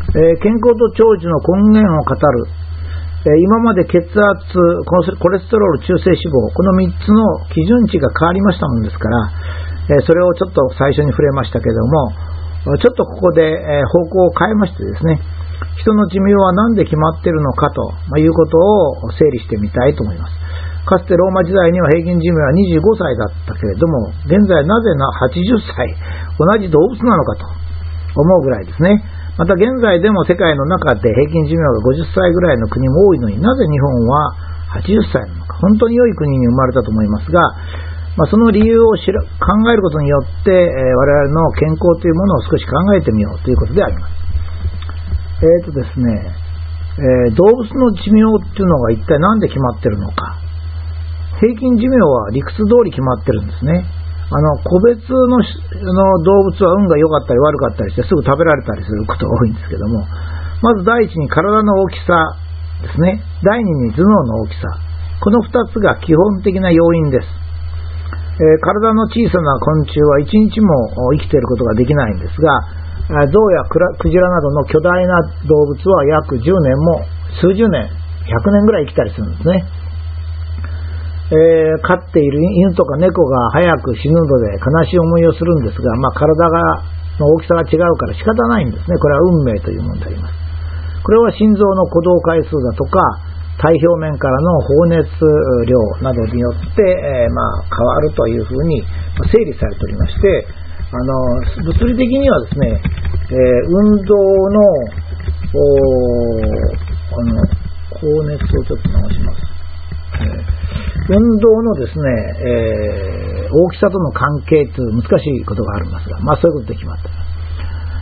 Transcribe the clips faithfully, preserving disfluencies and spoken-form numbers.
えー、健康と長寿の根源を語る、えー、今まで血圧、コレステロール、中性脂肪、このみっつの基準値が変わりましたもんですから、えー、それをちょっと最初に触れましたけども、ちょっとここで、えー、方向を変えましてですね、人の寿命は何で決まっているのかと、まあ、いうことを整理してみたいと思います。かつてローマ時代には平均寿命はにじゅうごさいだったけれども、現在なぜなはちじゅっさい、同じ動物なのかと思うぐらいですね。また現在でも世界の中で平均寿命がごじゅっさいぐらいの国も多いのに、なぜ日本ははちじゅっさいなのか。本当に良い国に生まれたと思いますが、まあ、その理由を知ら考えることによって、えー、我々の健康というものを少し考えてみようということであります。えーとですね、えー、動物の寿命っていうのが一体何で決まってるのか。平均寿命は理屈通り決まってるんですね。あの個別 の, の動物は運が良かったり悪かったりしてすぐ食べられたりすることが多いんですけども、まず第一に体の大きさですね。第二に頭脳の大きさ。このふたつが基本的な要因です。えー、体の小さな昆虫はいちにちも生きていることができないんですが、ゾウやクジラなどの巨大な動物は約じゅうねんも数十年、ひゃくねんぐらい生きたりするんですね。えー、飼っている犬とか猫が早く死ぬので悲しい思いをするんですが、まあ、体がの大きさが違うから仕方ないんですね。これは運命というものであります。これは心臓の鼓動回数だとか体表面からの放熱量などによって、えーまあ、変わるというふうに整理されておりまして、あの物理的にはですね、えー、運動のあの高熱をちょっと直します。えー、運動のですね、えー、大きさとの関係という難しいことがありますが、まあそういうことで決まっています。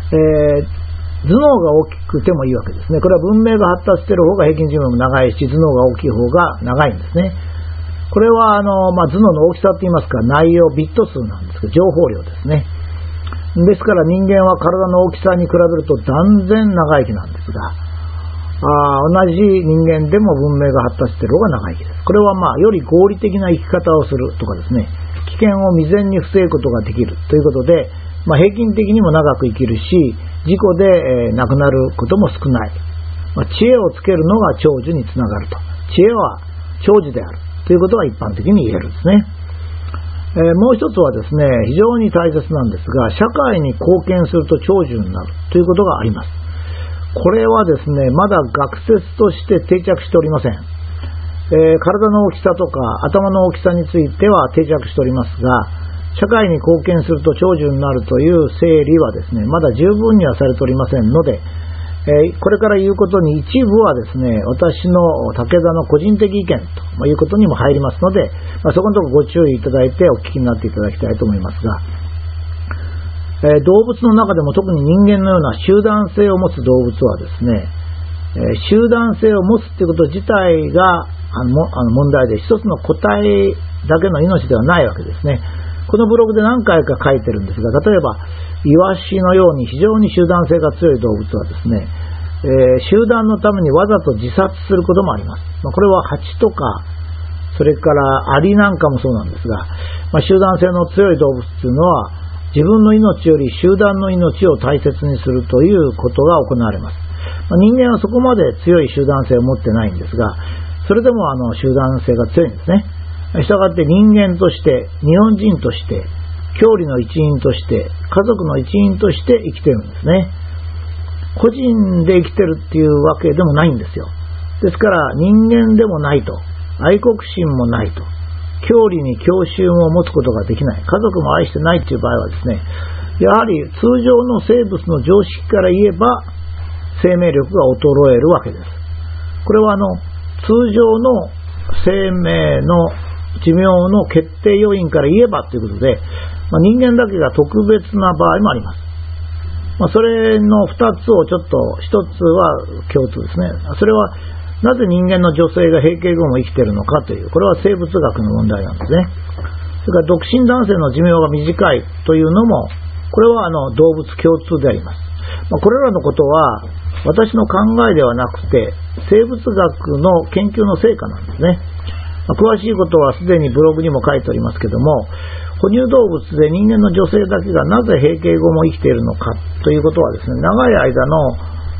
えー頭脳が大きくてもいいわけですね。これは文明が発達している方が平均寿命も長いし、頭脳が大きい方が長いんですね。これはあの、まあ、頭脳の大きさといいますか、内容ビット数なんですけど、情報量ですね。ですから人間は体の大きさに比べると断然長生きなんですが、あ同じ人間でも文明が発達している方が長生きです。これはまあより合理的な生き方をするとかですね、危険を未然に防ぐことができるということで、まあ、平均的にも長く生きるし、事故で、えー、亡くなることも少ない。まあ、知恵をつけるのが長寿につながると。知恵は長寿であるということが一般的に言えるんですね。えー、もう一つはですね、非常に大切なんですが、社会に貢献すると長寿になるということがあります。これはですね、まだ学説として定着しておりません。えー、体の大きさとか頭の大きさについては定着しておりますが、社会に貢献すると長寿になるという整理はですね、まだ十分にはされておりませんので、えー、これから言うことに一部はですね、私の武田の個人的意見ということにも入りますので、まあ、そこのところご注意いただいてお聞きになっていただきたいと思いますが、えー、動物の中でも特に人間のような集団性を持つ動物はですね、えー、集団性を持つということ自体があのあの問題で、一つの個体だけの命ではないわけですね。このブログで何回か書いてるんですが、例えばイワシのように非常に集団性が強い動物はですね、えー、集団のためにわざと自殺することもあります。まあ、これはハチとか、それからアリなんかもそうなんですが、まあ、集団性の強い動物というのは自分の命より集団の命を大切にするということが行われます。まあ、人間はそこまで強い集団性を持ってないんですが、それでもあの集団性が強いんですね。したがって人間として、日本人として、郷里の一員として、家族の一員として生きてるんですね。個人で生きてるっていうわけでもないんですよ。ですから人間でもないと、愛国心もないと、郷里に郷愁を持つことができない、家族も愛してないという場合はですね、やはり通常の生物の常識から言えば生命力が衰えるわけです。これはあの通常の生命の寿命の決定要因から言えばということで、まあ、人間だけが特別な場合もあります。まあ、それのふたつをちょっと、ひとつは共通ですね。それはなぜ人間の女性が閉経後も生きているのかという、これは生物学の問題なんですね。それから独身男性の寿命が短いというのも、これはあの動物共通であります。まあ、これらのことは私の考えではなくて生物学の研究の成果なんですね。まあ、詳しいことはすでにブログにも書いておりますけども、哺乳動物で人間の女性だけがなぜ閉経後も生きているのかということはですね、長い間の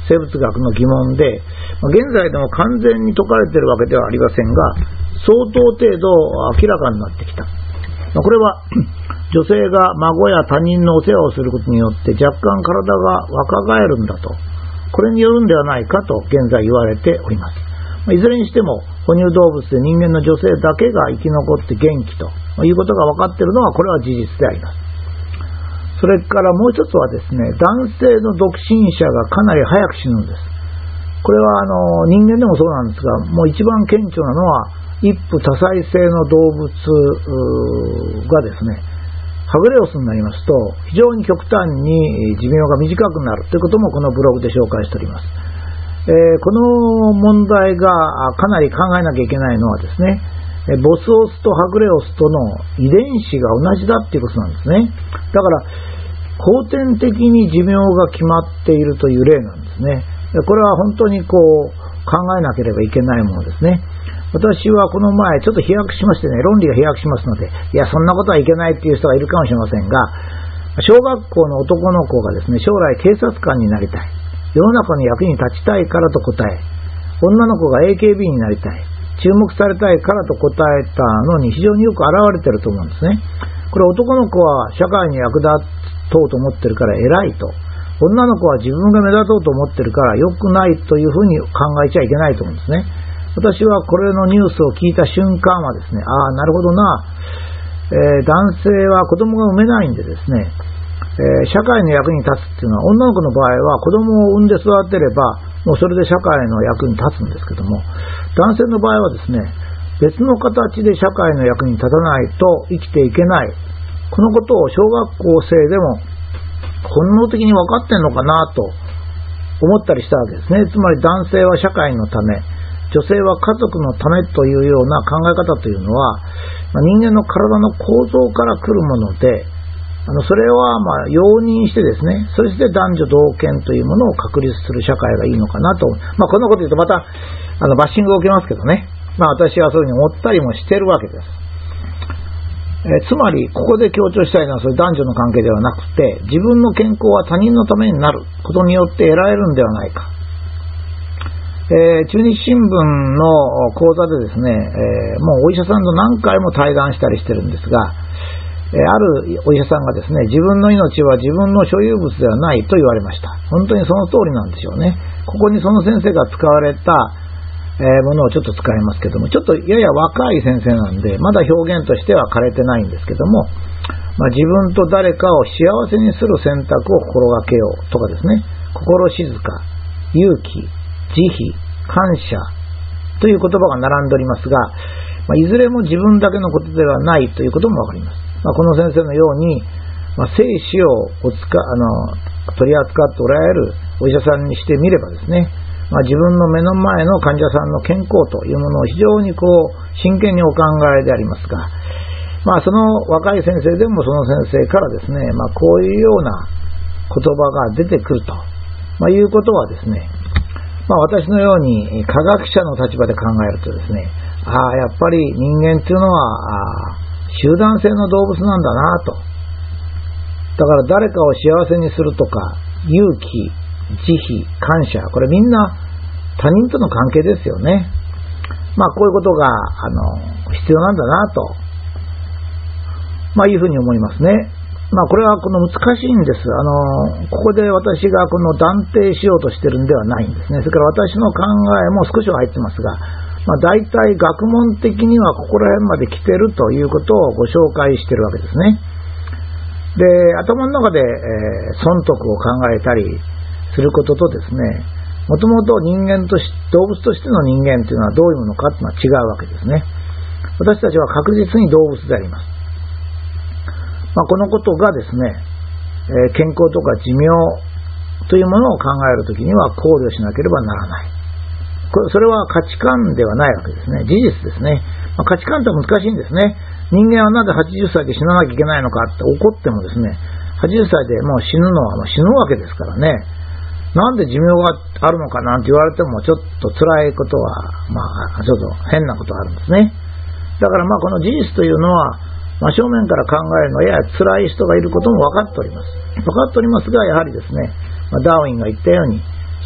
生物学の疑問で、まあ、現在でも完全に解かれているわけではありませんが、相当程度明らかになってきた。まあ、これは女性が孫や他人のお世話をすることによって若干体が若返るんだと、これによるんではないかと現在言われております。まあ、いずれにしても哺乳動物で人間の女性だけが生き残って元気ということが分かっているのは、これは事実であります。それからもう一つはですね、男性の独身者がかなり早く死ぬんです。これはあの人間でもそうなんですが、もう一番顕著なのは一夫多妻制の動物がですね、はぐれオスになりますと非常に極端に寿命が短くなるということもこのブログで紹介しております。えー、この問題がかなり考えなきゃいけないのはですね、ボスオスとはぐれオスとの遺伝子が同じだっていうことなんですね。だから後天的に寿命が決まっているという例なんですね。これは本当にこう考えなければいけないものですね。私はこの前ちょっと飛躍しましてね、論理が飛躍しますので、いやそんなことはいけないっていう人がいるかもしれませんが、小学校の男の子がですね、将来警察官になりたい、世の中の役に立ちたいからと答え、女の子が エーケービー になりたい、注目されたいからと答えたのに非常によく表れていると思うんですね。これ男の子は社会に役立とうと思ってるから偉いと、女の子は自分が目立とうと思ってるから良くないというふうに考えちゃいけないと思うんですね。私はこれのニュースを聞いた瞬間はですね、ああなるほどな、えー、男性は子供が産めないんでですね、えー、社会の役に立つっていうのは、女の子の場合は子供を産んで育てればもうそれで社会の役に立つんですけども、男性の場合はですね、別の形で社会の役に立たないと生きていけない、このことを小学校生でも本能的に分かってんのかなと思ったりしたわけですね。つまり男性は社会のため、女性は家族のためというような考え方というのは、まあ、人間の体の構造から来るもので、あのそれはまあ容認してですね、そして男女同権というものを確立する社会がいいのかなと、まあ、こんなこと言うとまたあのバッシングを受けますけどね、まあ、私はそういうふうに思ったりもしているわけです。えつまりここで強調したいのは、それ男女の関係ではなくて、自分の健康は他人のためになることによって得られるんではないか。えー、中日新聞の講座でですね、えー、もうお医者さんと何回も対談したりしてるんですが、えー、あるお医者さんがですね、自分の命は自分の所有物ではないと言われました。本当にその通りなんでしょうね。ここにその先生が使われたえー、ものをちょっと使いますけども、ちょっとやや若い先生なんでまだ表現としては枯れてないんですけども、まあ、自分と誰かを幸せにする選択を心がけようとかですね、心静か、勇気、慈悲、感謝という言葉が並んでおりますが、まあ、いずれも自分だけのことではないということもわかります。まあ、この先生のように、まあ、生死をおつかあの取り扱っておられるお医者さんにしてみればですね、まあ、自分の目の前の患者さんの健康というものを非常にこう真剣にお考えでありますが、まあ、その若い先生でもその先生からですね、まあ、こういうような言葉が出てくると、まあ、いうことはですね、まあ、私のように科学者の立場で考えるとですね、ああやっぱり人間っていうのは集団性の動物なんだなと。だから誰かを幸せにするとか、勇気、慈悲、感謝、これみんな他人との関係ですよね。まあこういうことがあの必要なんだなと、まあいうふうに思いますね。まあこれはこの難しいんです。あのここで私がこの断定しようとしてるんではないんですね。それから私の考えも少しは入ってますが、まあ大体学問的にはここら辺まで来てるということをご紹介してるわけですね。で、頭の中で、えー、損得を考えたりすることとですね、もともと人間とし動物としての人間というのはどういうものかというのは違うわけですね。私たちは確実に動物であります。まあ、このことがですね、えー、健康とか寿命というものを考えるときには考慮しなければならない。これそれは価値観ではないわけですね。事実ですね。まあ、価値観って難しいんですね。人間はなぜはちじゅっさいで死ななきゃいけないのかって怒ってもですね、はちじゅっさいでもう死ぬのはもう死ぬわけですからね。なんで寿命があるのかなんて言われてもちょっと辛いことは、まあちょっと変なことあるんですね。だからまあこの事実というのは、真正面から考えるのはやや辛い人がいることも分かっております。分かっておりますが、やはりですね、まあ、ダーウィンが言ったように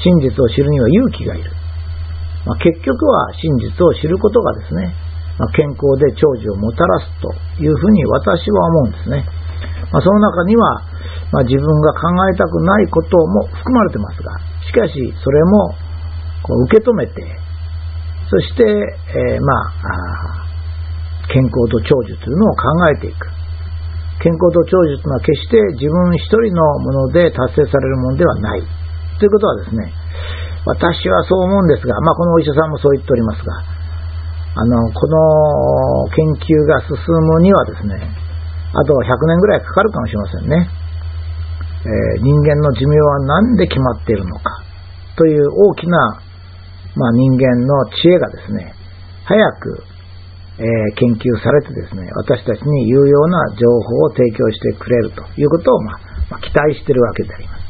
真実を知るには勇気がいる。まあ、結局は真実を知ることがですね、まあ、健康で長寿をもたらすというふうに私は思うんですね。まあ、その中には、まあ、自分が考えたくないことも含まれてますが、しかしそれもこう受け止めて、そして、えー、まあ健康と長寿というのを考えていく。健康と長寿というのは決して自分一人のもので達成されるものではないということはですね、私はそう思うんですが、まあ、このお医者さんもそう言っておりますが、あのこの研究が進むにはですね、あとひゃくねんぐらいかかるかもしれませんね。えー、人間の寿命は何で決まっているのかという大きな、まあ、人間の知恵がですね、早く、えー、研究されてですね、私たちに有用な情報を提供してくれるということを、まあまあ、期待しているわけであります。